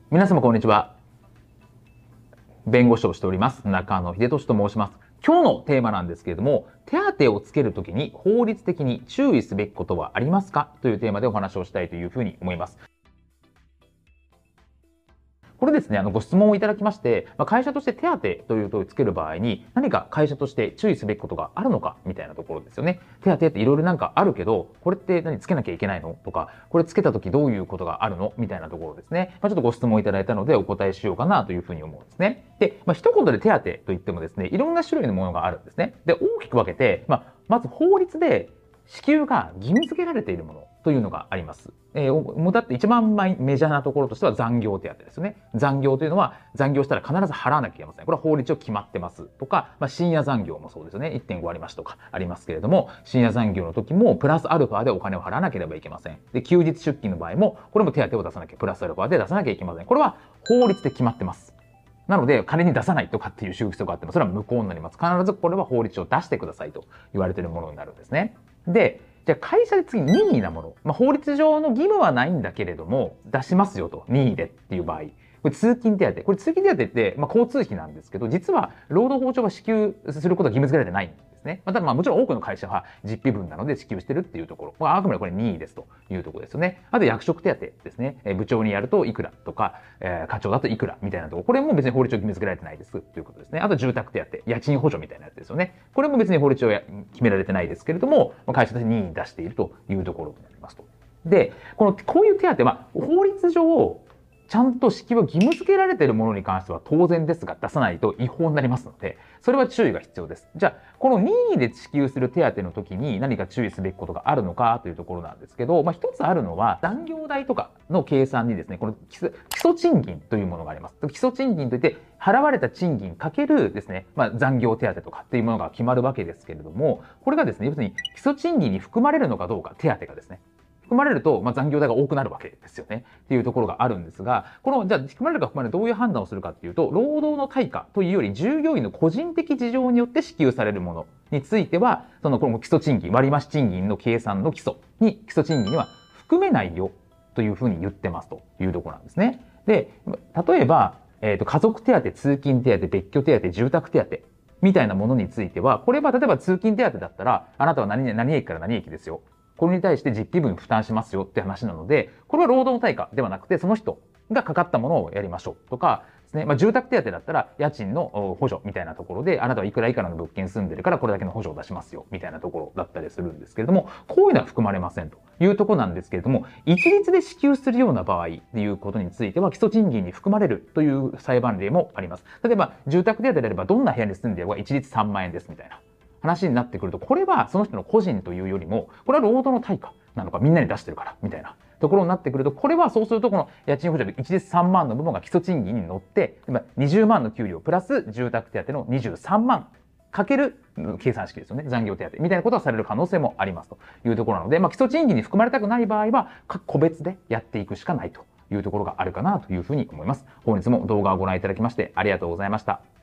皆様こんにちは。弁護士をしております中野秀俊と申します。今日のテーマなんですけれども、手当をつけるときに法律的に注意すべきことはありますかというテーマでお話をしたいというふうに思います。これですね、ご質問をいただきまして、会社として手当というとつける場合に、何か会社として注意すべきことがあるのかみたいなところですよね。手当っていろいろなんかあるけど、これって何つけなきゃいけないのとか、これつけたときどういうことがあるのみたいなところですね。ちょっとご質問いただいたのでお答えしようかなというふうに思うんですね。で、一言で手当といってもですね、いろんな種類のものがあるんですね。で、大きく分けて、まず法律で支給が義務付けられているものというのがあります。もうだって一番メジャーなところとしては残業手当ですよね。残業というのは残業したら必ず払わなきゃいけません。これは法律上決まってますとか、深夜残業もそうですよね。1.5 割増しとかありますけれども、深夜残業の時もプラスアルファでお金を払わなければいけません。で、休日出勤の場合も、これも手当を出さなきゃ、プラスアルファで出さなきゃいけません。これは法律で決まってます。なので、仮に出さないとかっていう収束があっても、それは無効になります。必ずこれは法律上出してくださいと言われているものになるんですね。で、じゃあ会社で次任意なもの、法律上の義務はないんだけれども出しますよと、任意でっていう場合、これ通勤手当、これ通勤手当って、交通費なんですけど、実は労働法上が支給することは義務付けられてないんですね。ただもちろん多くの会社は実費分なので支給してるっていうところ、あくまでこれ任意ですというところですよね。あと役職手当ですね。部長にやるといくらとか、課長だといくらみたいなところ、これも別に法律上義務付けられてないですということですね。あと住宅手当、家賃補助みたいなやつですよね。これも別に法律上決められてないですけれども、会社として任意に出しているというところになりますと。で、こういう手当は法律上ちゃんと支給を義務付けられているものに関しては当然ですが出さないと違法になりますので、それは注意が必要です。じゃあ、この任意で支給する手当の時に何か注意すべきことがあるのかというところなんですけど、一つあるのは残業代とかの計算にですね、この基礎賃金というものがあります。基礎賃金といって払われた賃金かけるですね、残業手当とかっていうものが決まるわけですけれども、これがですね、要するに基礎賃金に含まれるのかどうか、手当がですね。含まれると、残業代が多くなるわけですよね。っていうところがあるんですが、じゃあ、含まれるか含まれるどういう判断をするかっていうと、労働の対価というより、従業員の個人的事情によって支給されるものについては、この基礎賃金、割増賃金の計算の基礎賃金には含めないよというふうに言ってますというところなんですね。で、例えば、家族手当、通勤手当、別居手当、住宅手当、みたいなものについては、これは例えば通勤手当だったら、あなたは何駅から何駅ですよ。これに対して実費分負担しますよって話なので、これは労働対価ではなくて、その人がかかったものをやりましょうとかですね。住宅手当だったら家賃の補助みたいなところで、あなたはいくらいくらの物件住んでるからこれだけの補助を出しますよみたいなところだったりするんですけれども、こういうのは含まれませんというところなんですけれども、一律で支給するような場合っていうことについては基礎賃金に含まれるという裁判例もあります。例えば住宅手当であればどんな部屋に住んでいるか一律3万円ですみたいな話になってくると、これはその人の個人というよりも、これは労働の対価なのか、みんなに出してるからみたいなところになってくると、これはそうするとこの家賃補助で一律3万の部分が基礎賃金に乗って、20万の給料プラス住宅手当の23万かける計算式ですよね。残業手当みたいなことがされる可能性もありますというところなので、基礎賃金に含まれたくない場合は個別でやっていくしかないというところがあるかなというふうに思います。本日も動画をご覧いただきましてありがとうございました。